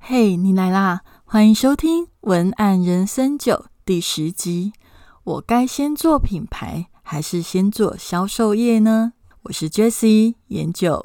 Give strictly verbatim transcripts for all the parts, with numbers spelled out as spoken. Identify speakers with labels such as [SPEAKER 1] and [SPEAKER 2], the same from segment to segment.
[SPEAKER 1] 嘿，你来啦！欢迎收听文案人生九第十集。我该先做品牌，还是先做销售业呢？我是 Jessie 研究。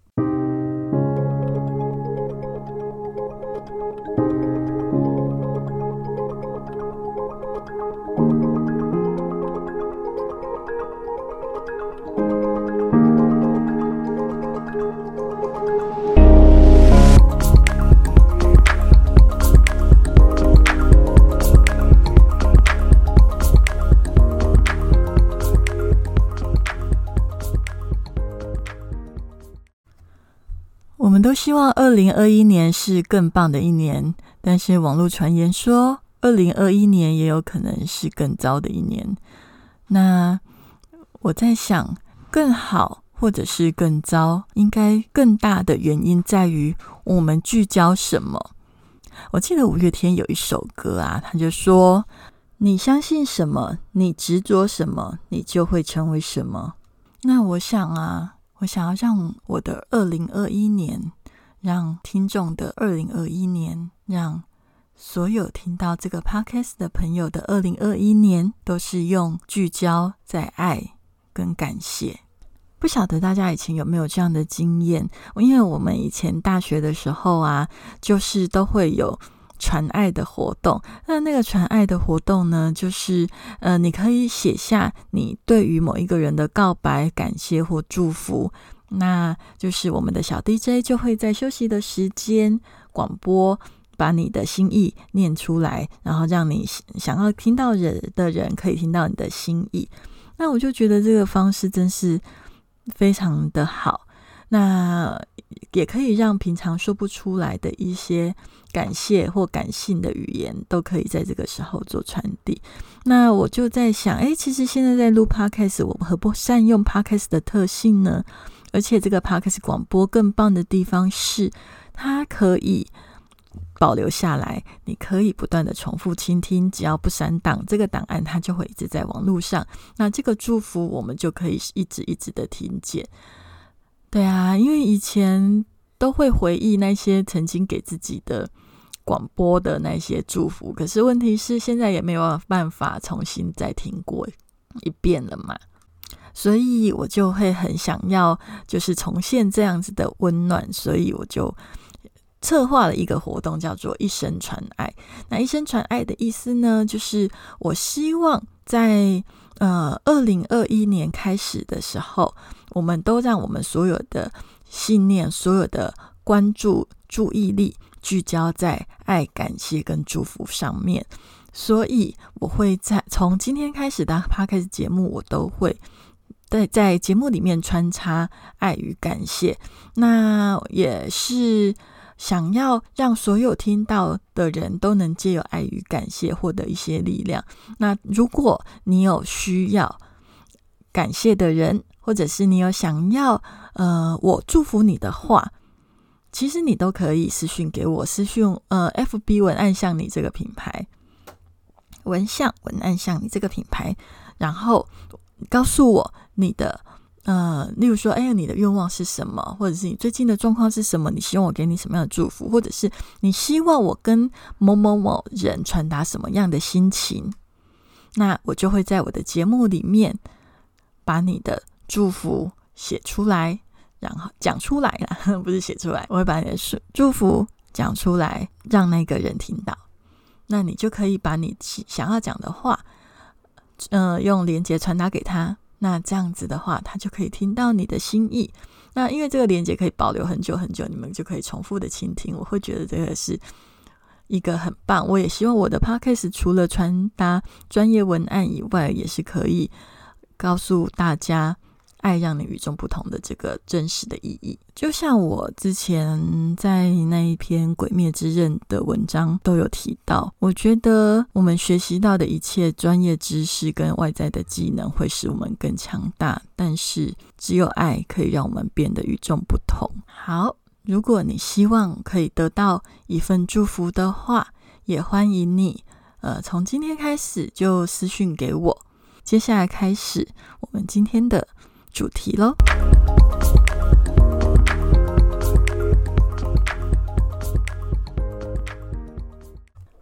[SPEAKER 1] 我们都希望二零二一年是更棒的一年，但是网络传言说二零二一年也有可能是更糟的一年。那我在想，更好或者是更糟，应该更大的原因在于我们聚焦什么。我记得五月天有一首歌啊，他就说，你相信什么，你执着什么，你就会成为什么。那我想啊，我想要让我的二零二一年，让听众的二零二一年，让所有听到这个 podcast 的朋友的二零二一年，都是用聚焦在爱跟感谢。不晓得大家以前有没有这样的经验？因为我们以前大学的时候啊，就是都会有传爱的活动。那那个传爱的活动呢，就是呃，你可以写下你对于某一个人的告白、感谢或祝福。那就是我们的小 D J 就会在休息的时间广播，把你的心意念出来，然后让你想要听到人的人可以听到你的心意。那我就觉得这个方式真是非常的好。那也可以让平常说不出来的一些感谢或感性的语言都可以在这个时候做传递。那我就在想，诶，其实现在在录 podcast， 我们何不善用 podcast 的特性呢？而且这个 podcast 广播更棒的地方是，它可以保留下来，你可以不断的重复倾听，只要不删档，这个档案它就会一直在网络上。那这个祝福我们就可以一直一直的听见。对啊，因为以前都会回忆那些曾经给自己的广播的那些祝福，可是问题是现在也没有办法重新再听过一遍了嘛，所以我就会很想要就是重现这样子的温暖，所以我就策划了一个活动，叫做一生传爱。那一生传爱的意思呢，就是我希望在呃二零二一年开始的时候，我们都让我们所有的信念、所有的关注、注意力聚焦在爱、感谢跟祝福上面。所以我会在从今天开始的 podcast 节目，我都会在在节目里面穿插爱与感谢。那也是想要让所有听到的人都能藉由爱与感谢获得一些力量。那如果你有需要感谢的人，或者是你有想要呃我祝福你的话，其实你都可以私讯给我，私讯呃 F B 文案像你这个品牌，文像文案像你这个品牌，然后告诉我你的呃，例如说，哎，你的愿望是什么？或者是你最近的状况是什么？你希望我给你什么样的祝福？或者是你希望我跟某某某人传达什么样的心情？那我就会在我的节目里面把你的祝福写出来，然后讲出来啦，不是写出来，我会把你的祝福讲出来，让那个人听到。那你就可以把你想要讲的话，呃，用连结传达给他。那这样子的话，他就可以听到你的心意。那因为这个连结可以保留很久很久，你们就可以重复的倾听。我会觉得这个是一个很棒。我也希望我的 podcast 除了传达专业文案以外，也是可以告诉大家爱让你与众不同的这个真实的意义。就像我之前在那一篇《鬼灭之刃》的文章都有提到，我觉得我们学习到的一切专业知识跟外在的技能会使我们更强大，但是只有爱可以让我们变得与众不同。好，如果你希望可以得到一份祝福的话，也欢迎你呃，从今天开始就私讯给我。接下来开始我们今天的主题咯。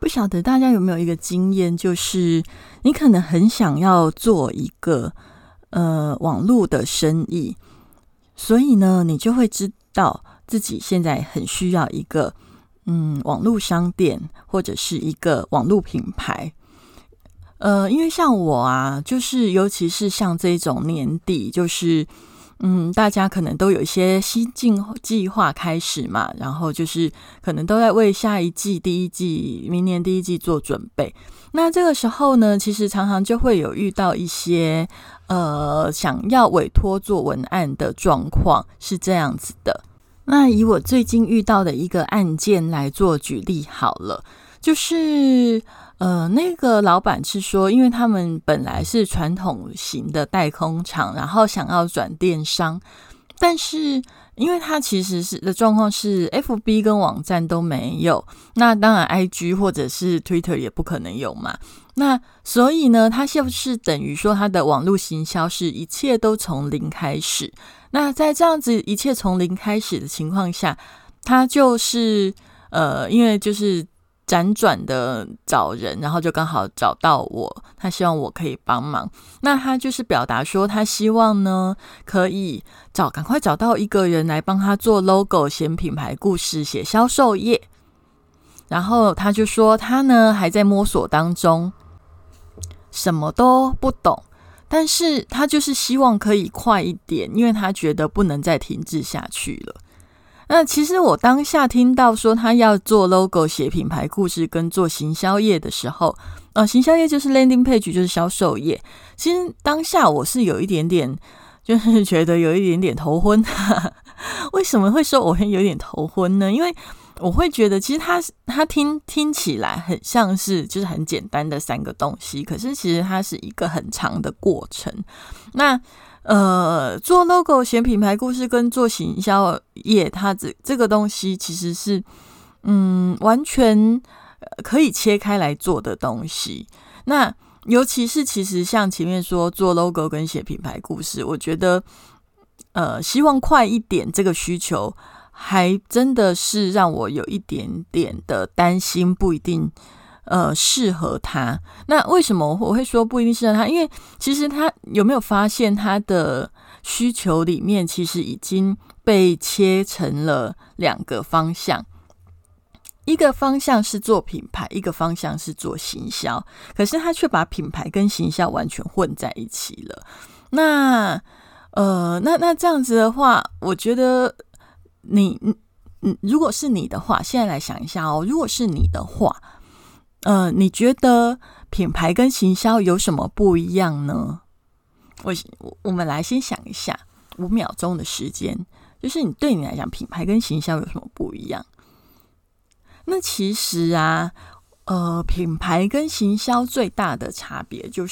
[SPEAKER 1] 不晓得大家有没有一个经验，就是你可能很想要做一个呃网络的生意，所以呢，你就会知道自己现在很需要一个嗯网络商店或者是一个网络品牌。呃，因为像我啊，就是尤其是像这种年底，就是嗯，大家可能都有一些新进计划开始嘛，然后就是可能都在为下一季、第一季、明年第一季做准备。那这个时候呢，其实常常就会有遇到一些呃想要委托做文案的状况，是这样子的。那以我最近遇到的一个案件来做举例好了，就是呃，那个老板是说，因为他们本来是传统型的代工厂，然后想要转电商，但是因为他其实是的状况是 F B 跟网站都没有，那当然 I G 或者是 Twitter 也不可能有嘛。那所以呢，他就是等于说他的网络行销是一切都从零开始。那在这样子一切从零开始的情况下，他就是呃，因为就是辗转的找人，然后就刚好找到我，他希望我可以帮忙。那他就是表达说，他希望呢可以找赶快找到一个人来帮他做 logo、写品牌故事、写销售页。然后他就说他呢还在摸索当中，什么都不懂，但是他就是希望可以快一点，因为他觉得不能再停滞下去了。那其实我当下听到说他要做 logo、写品牌故事跟做行销页的时候，呃，行销页就是 landing page， 就是销售页。其实当下我是有一点点，就是觉得有一点点头昏。为什么会说我会有点头昏呢？因为我会觉得其实他他听听起来很像是就是很简单的三个东西，可是其实它是一个很长的过程。那呃，做 logo、写品牌故事跟做行销业，它这这个东西其实是嗯完全可以切开来做的东西。那尤其是其实像前面说做 logo 跟写品牌故事，我觉得呃希望快一点这个需求，还真的是让我有一点点的担心，不一定呃，适合他。那为什么我会说不一定适合他？因为其实他有没有发现他的需求里面其实已经被切成了两个方向，一个方向是做品牌，一个方向是做行销，可是他却把品牌跟行销完全混在一起了。那呃，那那这样子的话，我觉得你嗯，如果是你的话，现在来想一下哦，如果是你的话。呃，你觉得品牌跟行销有什么不一样呢？我我们来先想一下，五秒钟的时间，就是你对你来讲，品牌跟行销有什么不一样？那其实啊，呃，品牌跟行销最大的差别就是，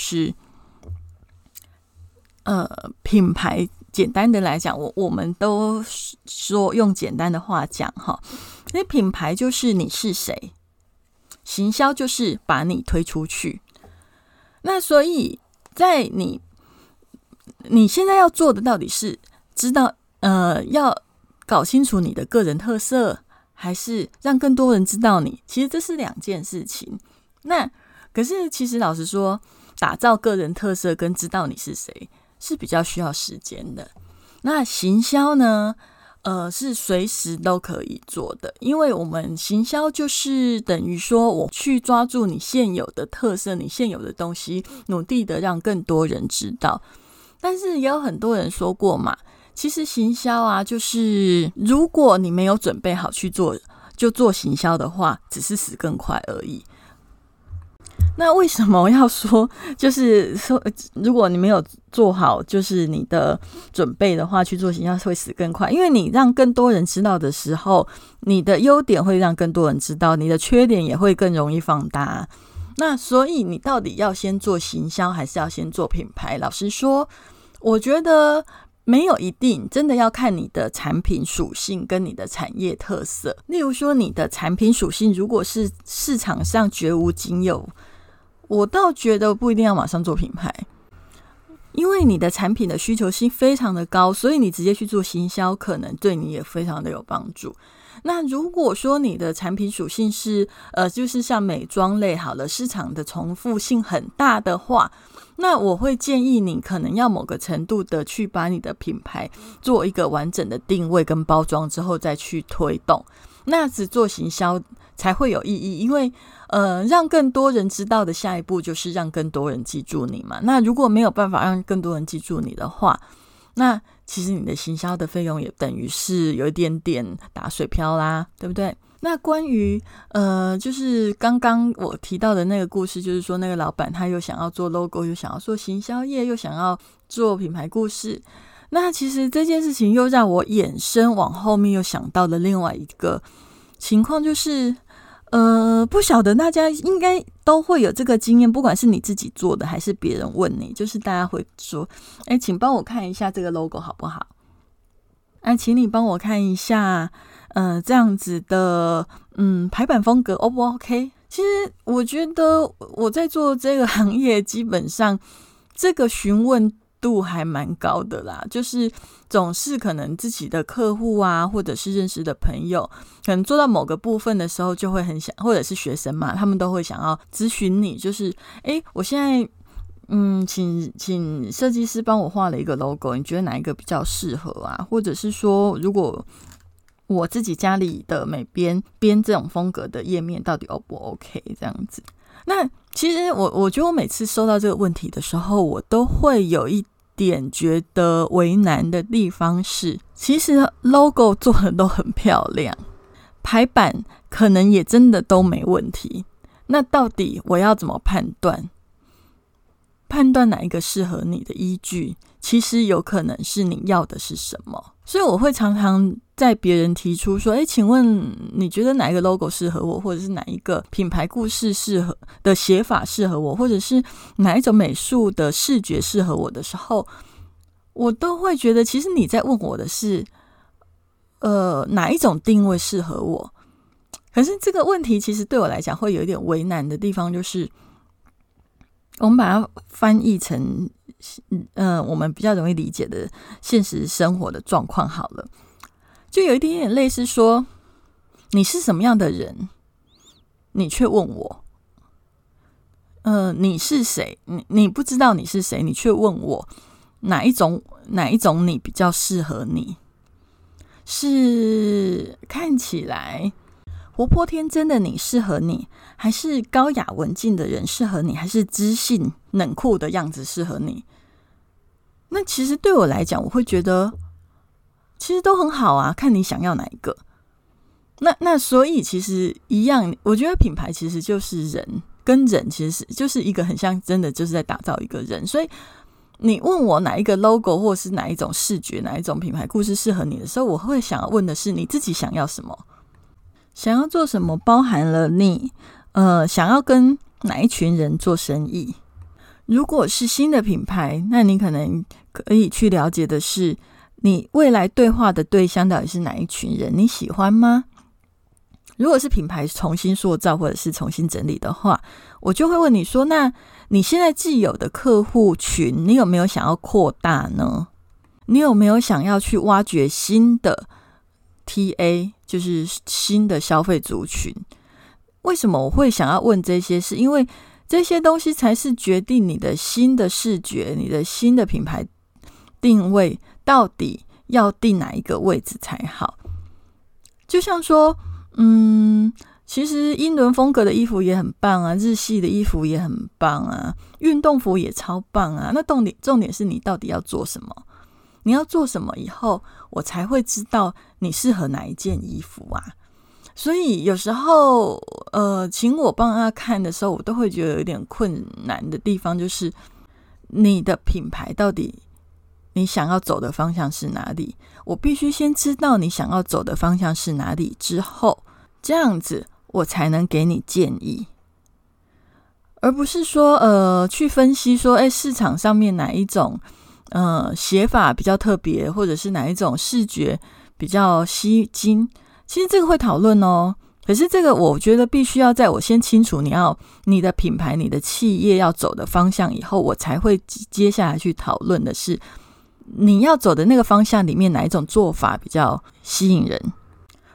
[SPEAKER 1] 呃，品牌简单的来讲，我我们都说用简单的话讲哈，那品牌就是你是谁。行销就是把你推出去，那所以在你你现在要做的到底是知道呃要搞清楚你的个人特色，还是让更多人知道你？其实这是两件事情。那可是其实老实说，打造个人特色跟知道你是谁是比较需要时间的。那行销呢？呃，是随时都可以做的，因为我们行销就是等于说我去抓住你现有的特色，你现有的东西，努力的让更多人知道。但是也有很多人说过嘛，其实行销啊，就是如果你没有准备好去做，就做行销的话，只是死更快而已。那为什么要说，就是说，如果你没有做好，就是你的准备的话，去做行销会死更快？因为你让更多人知道的时候，你的优点会让更多人知道，你的缺点也会更容易放大。那所以你到底要先做行销，还是要先做品牌？老实说，我觉得没有一定，真的要看你的产品属性跟你的产业特色。例如说，你的产品属性如果是市场上绝无仅有，我倒觉得不一定要马上做品牌，因为你的产品的需求性非常的高，所以你直接去做行销可能对你也非常的有帮助。 那如果说你的产品属性是呃，就是像美妆类好了，市场的重复性很大的话，那我会建议你可能要某个程度的去把你的品牌做一个完整的定位跟包装之后再去推动，那只做行销才会有意义。因为呃，让更多人知道的下一步就是让更多人记住你嘛。那如果没有办法让更多人记住你的话，那其实你的行销的费用也等于是有一点点打水漂啦，对不对？那关于呃，就是刚刚我提到的那个故事，就是说那个老板他又想要做 logo， 又想要做行销业，又想要做品牌故事。那其实这件事情又让我衍生往后面又想到了另外一个情况，就是呃，不晓得大家应该都会有这个经验，不管是你自己做的还是别人问你，就是大家会说，哎，请帮我看一下这个 logo 好不好？哎，请你帮我看一下呃，这样子的嗯排版风格 O 不 OK？ 其实我觉得我在做这个行业，基本上这个询问度还蛮高的啦，就是总是可能自己的客户啊，或者是认识的朋友，可能做到某个部分的时候就会很想，或者是学生嘛，他们都会想要咨询你，就是诶，我现在嗯，请请设计师帮我画了一个 logo， 你觉得哪一个比较适合啊？或者是说，如果我自己家里的美编编这种风格的页面到底 O 不 OK 这样子。那其实我我觉得我每次收到这个问题的时候，我都会有一点觉得为难的地方是，其实 logo 做的都很漂亮，排版可能也真的都没问题，那到底我要怎么判断判断哪一个适合你的依据，其实有可能是你要的是什么。所以我会常常在别人提出说，诶，请问你觉得哪一个 logo 适合我，或者是哪一个品牌故事适合的写法适合我，或者是哪一种美术的视觉适合我的时候，我都会觉得其实你在问我的是呃哪一种定位适合我。可是这个问题其实对我来讲会有一点为难的地方，就是我们把它翻译成呃我们比较容易理解的现实生活的状况好了，就有一点点类似说，你是什么样的人，你却问我，呃，你是谁？你你不知道你是谁，你却问我哪一种哪一种你比较适合你？是看起来活泼天真的你适合你，还是高雅文静的人适合你，还是知性冷酷的样子适合你？那其实对我来讲，我会觉得其实都很好啊，看你想要哪一个。那那所以其实一样，我觉得品牌其实就是人跟人，其实是就是一个很像真的就是在打造一个人。所以你问我哪一个 logo 或是哪一种视觉，哪一种品牌故事适合你的时候，我会想要问的是你自己想要什么，想要做什么，包含了你呃想要跟哪一群人做生意。如果是新的品牌，那你可能可以去了解的是你未来对话的对象到底是哪一群人，你喜欢吗？如果是品牌重新塑造或者是重新整理的话，我就会问你说，那你现在既有的客户群，你有没有想要扩大呢？你有没有想要去挖掘新的 T A， 就是新的消费族群？为什么我会想要问这些？是因为这些东西才是决定你的新的视觉，你的新的品牌定位到底要定哪一个位置才好。就像说嗯，其实英伦风格的衣服也很棒啊，日系的衣服也很棒啊，运动服也超棒啊。那重点重点是你到底要做什么？你要做什么以后，我才会知道你适合哪一件衣服啊。所以有时候呃，请我帮他看的时候，我都会觉得有点困难的地方，就是你的品牌到底你想要走的方向是哪里？我必须先知道你想要走的方向是哪里之后，这样子我才能给你建议，而不是说呃去分析说，哎，市场上面哪一种呃写法比较特别，或者是哪一种视觉比较吸睛。其实这个会讨论哦，可是这个我觉得必须要在我先清楚你要你的品牌、你的企业要走的方向以后，我才会接下来去讨论的是你要走的那个方向里面哪一种做法比较吸引人。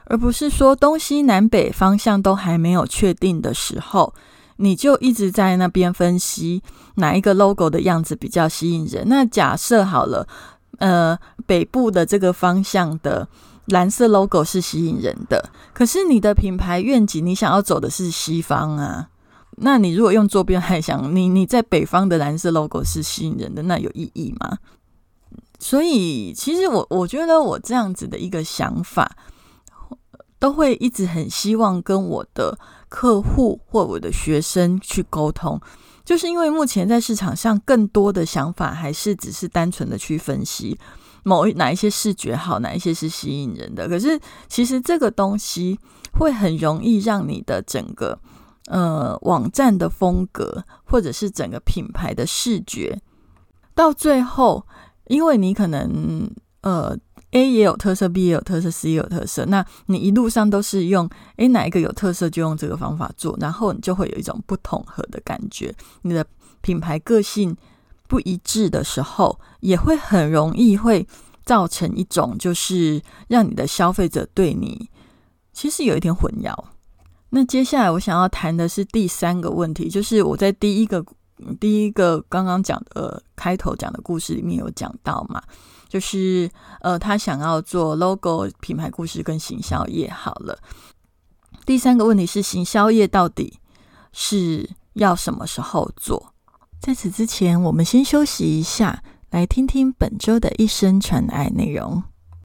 [SPEAKER 1] 而不是说东西南北方向都还没有确定的时候，你就一直在那边分析哪一个 logo 的样子比较吸引人。那假设好了，呃，北部的这个方向的蓝色 logo 是吸引人的，可是你的品牌愿景你想要走的是西方啊，那你如果用坐标来想，你你在北方的蓝色 logo 是吸引人的，那有意义吗？所以其实我我觉得我这样子的一个想法，都会一直很希望跟我的客户或我的学生去沟通，就是因为目前在市场上更多的想法还是只是单纯的去分析某哪一些视觉好，哪一些是吸引人的，可是其实这个东西会很容易让你的整个呃网站的风格或者是整个品牌的视觉到最后，因为你可能呃 A 也有特色， B 也有特色， C 也有特色，那你一路上都是用诶哪一个有特色就用这个方法做，然后你就会有一种不统合的感觉，你的品牌个性不一致的时候，也会很容易会造成一种就是让你的消费者对你其实有一点混淆。那接下来我想要谈的是第三个问题，就是我在第一个第一个刚刚讲的开头讲的故事里面有讲到嘛，就是呃，他想要做 logo 品牌故事跟行销业好了。第三个问题是行销业到底是要什么时候做？在此之前，我们先休息一下，来听听本周的一生传爱内容。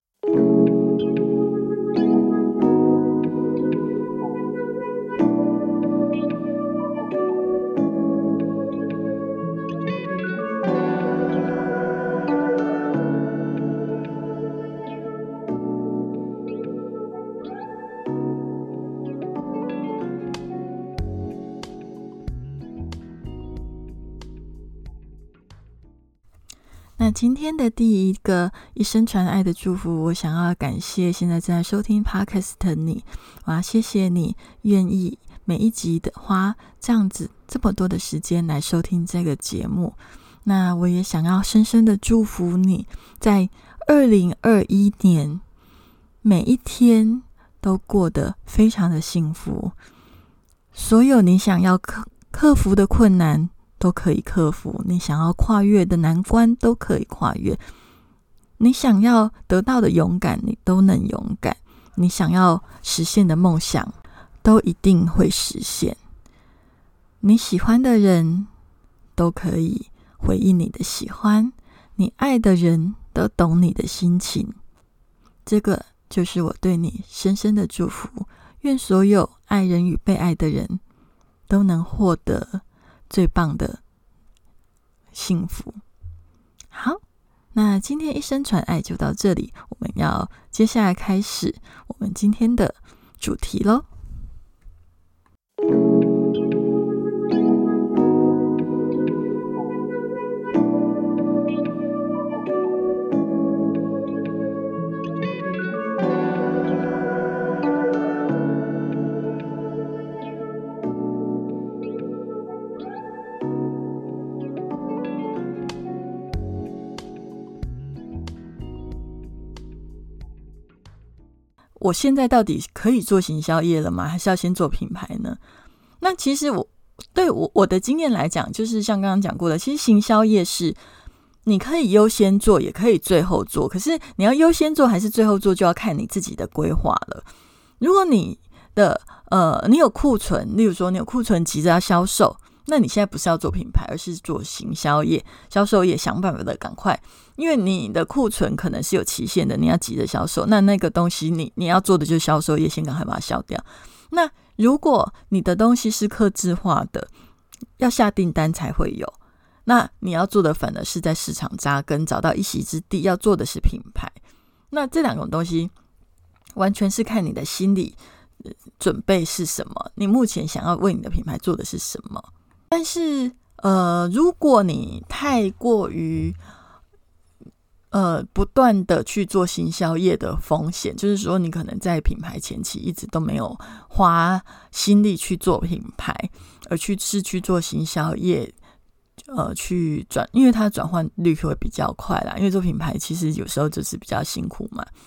[SPEAKER 1] 那今天的第一个一生传爱的祝福，我想要感谢现在正在收听 Podcast 的你，我要谢谢你愿意每一集的花这样子这么多的时间来收听这个节目。那我也想要深深的祝福你，在二零二一年每一天都过得非常的幸福，所有你想要克克服的困难都可以克服，你想要跨越的难关都可以跨越，你想要得到的勇敢你都能勇敢，你想要实现的梦想都一定会实现，你喜欢的人都可以回应你的喜欢，你爱的人都懂你的心情，这个就是我对你深深的祝福。愿所有爱人与被爱的人都能获得最棒的幸福。好，那今天一生传爱就到这里，我们要接下来开始我们今天的主题咯。我现在到底可以做行销业了吗？还是要先做品牌呢？那其实我对我我的经验来讲，就是像刚刚讲过的，其实行销业是你可以优先做，也可以最后做。可是你要优先做还是最后做，就要看你自己的规划了。如果你的呃你有库存，例如说你有库存急着要销售，那你现在不是要做品牌，而是做行销业、销售业，想办法的赶快，因为你的库存可能是有期限的，你要急着销售，那那个东西你你要做的就是销售业，先赶快把它销掉。那如果你的东西是客制化的，要下订单才会有，那你要做的反而是在市场扎根，找到一席之地，要做的是品牌。那这两种东西完全是看你的心理准备是什么，你目前想要为你的品牌做的是什么。但是呃，如果你太过于呃不断的去做行销业的风险，就是说你可能在品牌前期一直都没有花心力去做品牌，而去是去做行销业，呃，去转，因为它转换率会比较快啦。因为做品牌其实有时候就是比较辛苦嘛。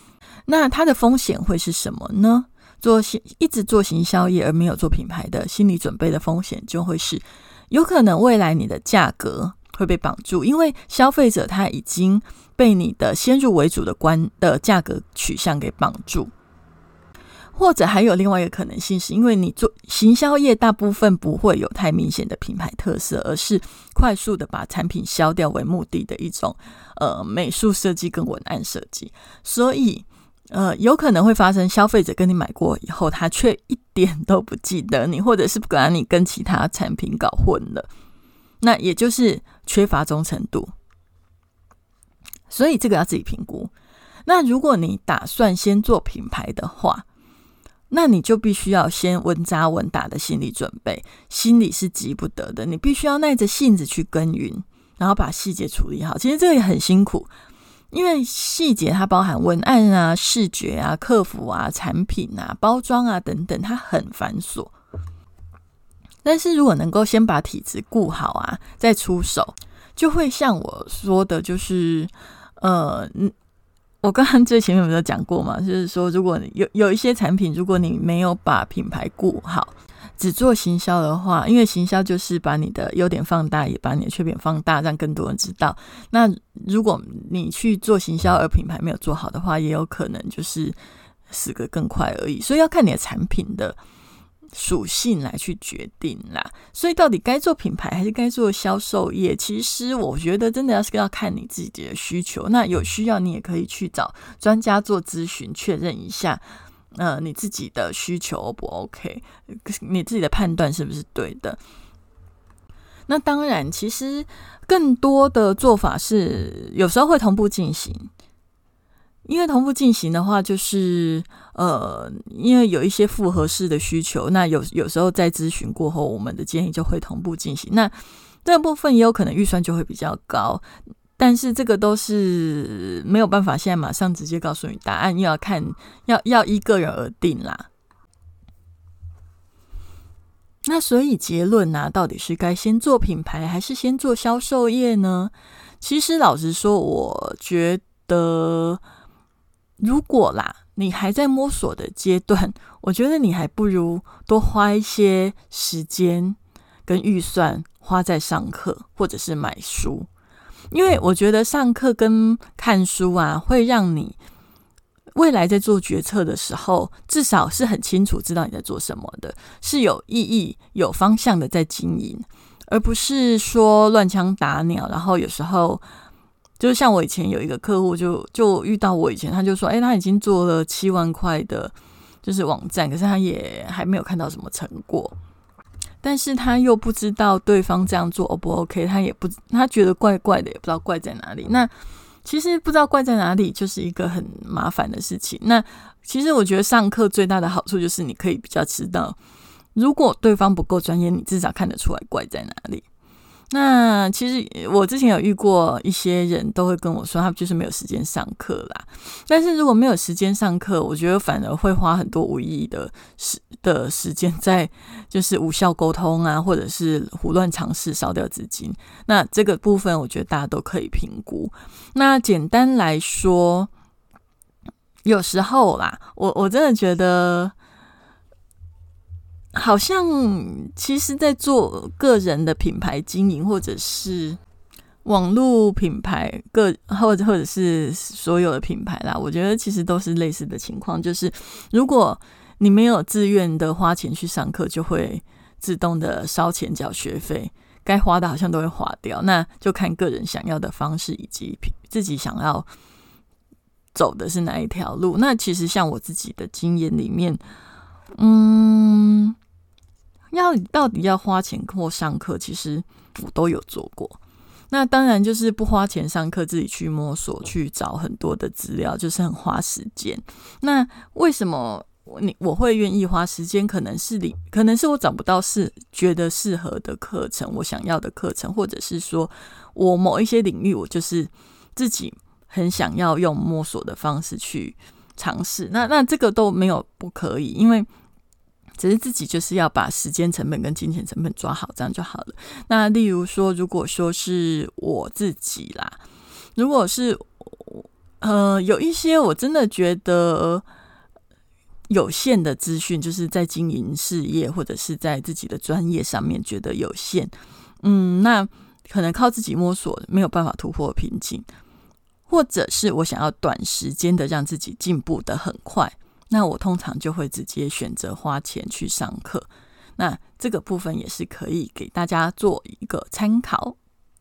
[SPEAKER 1] 那它的风险会是什么呢？做一直做行销业而没有做品牌的心理准备的风险就会是，有可能未来你的价格会被绑住，因为消费者他已经被你的先入为主的观的价格取向给绑住。或者还有另外一个可能性，是因为你做行销业大部分不会有太明显的品牌特色，而是快速的把产品销掉为目的的一种呃美术设计跟文案设计，所以呃有可能会发生消费者跟你买过以后，他却一点都不记得你，或者是把你跟其他产品搞混了，那也就是缺乏忠诚度。所以这个要自己评估。那如果你打算先做品牌的话，那你就必须要先稳扎稳打的心理准备，心里是急不得的，你必须要耐着性子去耕耘，然后把细节处理好。其实这个也很辛苦，因为细节它包含文案啊、视觉啊、客服啊、产品啊、包装啊等等，它很繁琐。但是如果能够先把体质顾好啊，再出手，就会像我说的，就是呃我刚刚最前面有没有讲过嘛？就是说，如果有有一些产品，如果你没有把品牌顾好，只做行销的话，因为行销就是把你的优点放大，也把你的缺点放大，让更多人知道。那如果你去做行销，而品牌没有做好的话，也有可能就是死个更快而已。所以要看你的产品的属性来去决定啦。所以到底该做品牌还是该做销售业，其实我觉得真的是要看你自己的需求。那有需要你也可以去找专家做咨询，确认一下呃，你自己的需求 O 不 OK， 你自己的判断是不是对的。那当然其实更多的做法是有时候会同步进行，因为同步进行的话，就是呃，因为有一些复合式的需求，那有有时候在咨询过后，我们的建议就会同步进行。那这个部分也有可能预算就会比较高，但是这个都是没有办法现在马上直接告诉你答案，又要看要要依个人而定啦。那所以结论啊，到底是该先做品牌还是先做销售业呢？其实老实说，我觉得如果啦你还在摸索的阶段，我觉得你还不如多花一些时间跟预算花在上课或者是买书。因为我觉得上课跟看书啊，会让你未来在做决策的时候，至少是很清楚知道你在做什么的，是有意义有方向的在经营，而不是说乱枪打鸟。然后有时候就是像我以前有一个客户，就就遇到我以前，他就说，哎，他已经做了七万块的，就是网站，可是他也还没有看到什么成果，但是他又不知道对方这样做 O 不 OK， 他也不，他觉得怪怪的，也不知道怪在哪里。那其实不知道怪在哪里，就是一个很麻烦的事情。那其实我觉得上课最大的好处就是你可以比较知道，如果对方不够专业，你至少看得出来怪在哪里。那其实我之前有遇过一些人都会跟我说，他就是没有时间上课啦。但是如果没有时间上课，我觉得反而会花很多无意义的时的时间在就是无效沟通啊，或者是胡乱尝试烧掉资金。那这个部分我觉得大家都可以评估。那简单来说，有时候啦，我我真的觉得好像其实在做个人的品牌经营，或者是网络品牌个或者或者是所有的品牌啦，我觉得其实都是类似的情况，就是如果你没有自愿的花钱去上课，就会自动的烧钱缴学费，该花的好像都会花掉。那就看个人想要的方式，以及自己想要走的是哪一条路。那其实像我自己的经验里面，嗯要到底要花钱或上课，其实我都有做过。那当然就是不花钱上课，自己去摸索，去找很多的资料，就是很花时间。那为什么你我会愿意花时间？可能是你，可能是我找不到是觉得适合的课程，我想要的课程，或者是说我某一些领域，我就是自己很想要用摸索的方式去尝试。那那这个都没有不可以，因为只是自己就是要把时间成本跟金钱成本抓好，这样就好了。那例如说，如果说是我自己啦，如果是呃，有一些我真的觉得有限的资讯，就是在经营事业或者是在自己的专业上面觉得有限，嗯，那可能靠自己摸索没有办法突破瓶颈，或者是我想要短时间的让自己进步的很快，那我通常就会直接选择花钱去上课。那这个部分也是可以给大家做一个参考。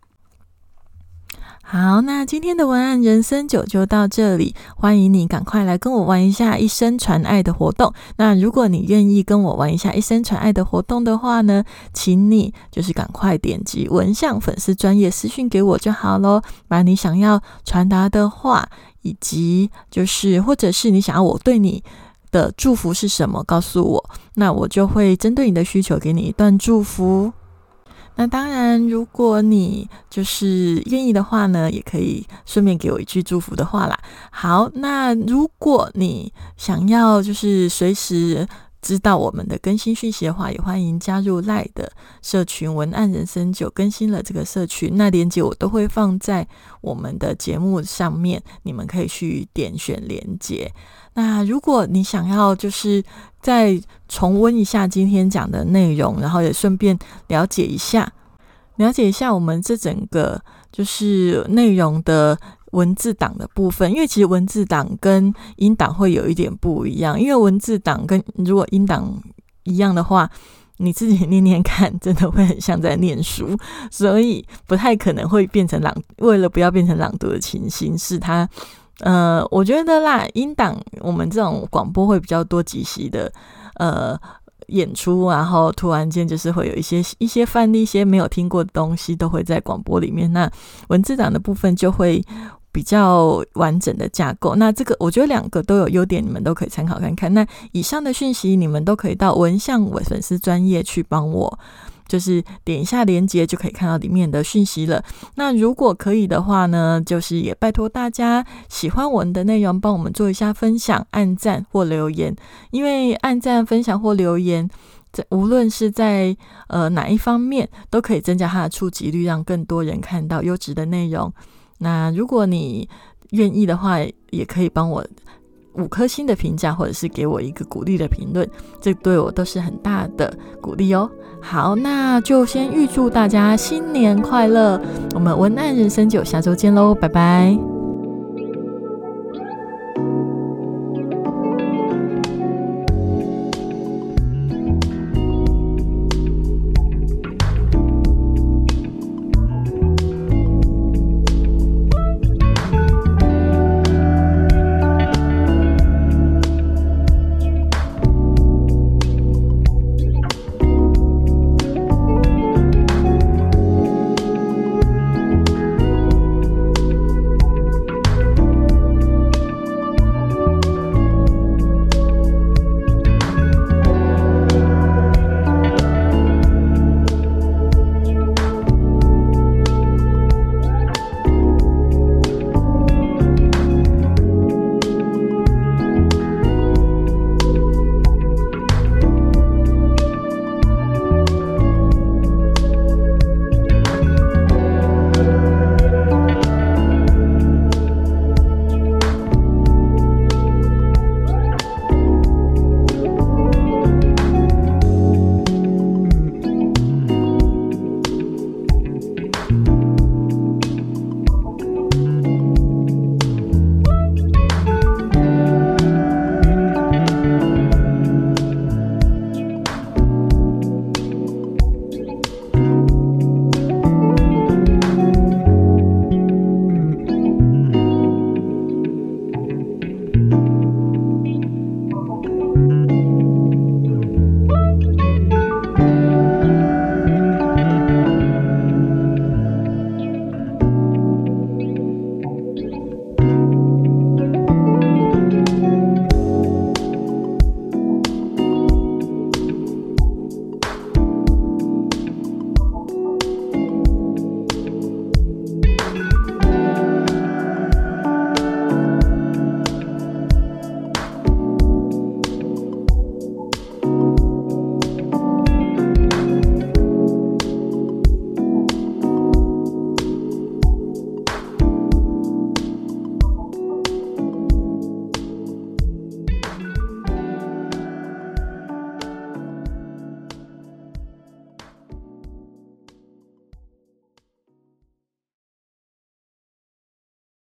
[SPEAKER 1] 好，那今天的文案人生九就到这里，欢迎你赶快来跟我玩一下一生传爱的活动。那如果你愿意跟我玩一下一生传爱的活动的话呢，请你就是赶快点击文象粉丝专页私讯给我就好咯，把你想要传达的话，以及就是或者是你想要我对你的祝福是什么告诉我，那我就会针对你的需求给你一段祝福。那当然如果你就是愿意的话呢，也可以顺便给我一句祝福的话啦。好，那如果你想要就是随时知道我们的更新讯息的话，也欢迎加入 LINE 的社群文案人生九更新了这个社群，那连结我都会放在我们的节目上面，你们可以去点选连结。那如果你想要就是再重温一下今天讲的内容，然后也顺便了解一下了解一下我们这整个就是内容的文字档的部分，因为其实文字档跟音档会有一点不一样，因为文字档跟如果音档一样的话，你自己念念看真的会很像在念书，所以不太可能会变成朗为了不要变成朗读的情形，是它呃，我觉得啦，音档我们这种广播会比较多即席的呃演出，然后突然间就是会有一些一些范例，一些没有听过的东西都会在广播里面。那文字档的部分就会比较完整的架构。那这个我觉得两个都有优点，你们都可以参考看看。那以上的讯息你们都可以到文象我粉丝专页去帮我。就是点一下连结就可以看到里面的讯息了。那如果可以的话呢，就是也拜托大家喜欢我们的内容帮我们做一下分享、按赞或留言，因为按赞、分享或留言无论是在呃哪一方面都可以增加它的触及率，让更多人看到优质的内容。那如果你愿意的话，也可以帮我五颗星的评价，或者是给我一个鼓励的评论，这对我都是很大的鼓励哦。好，那就先预祝大家新年快乐，我们文案人生九下周见咯，拜拜。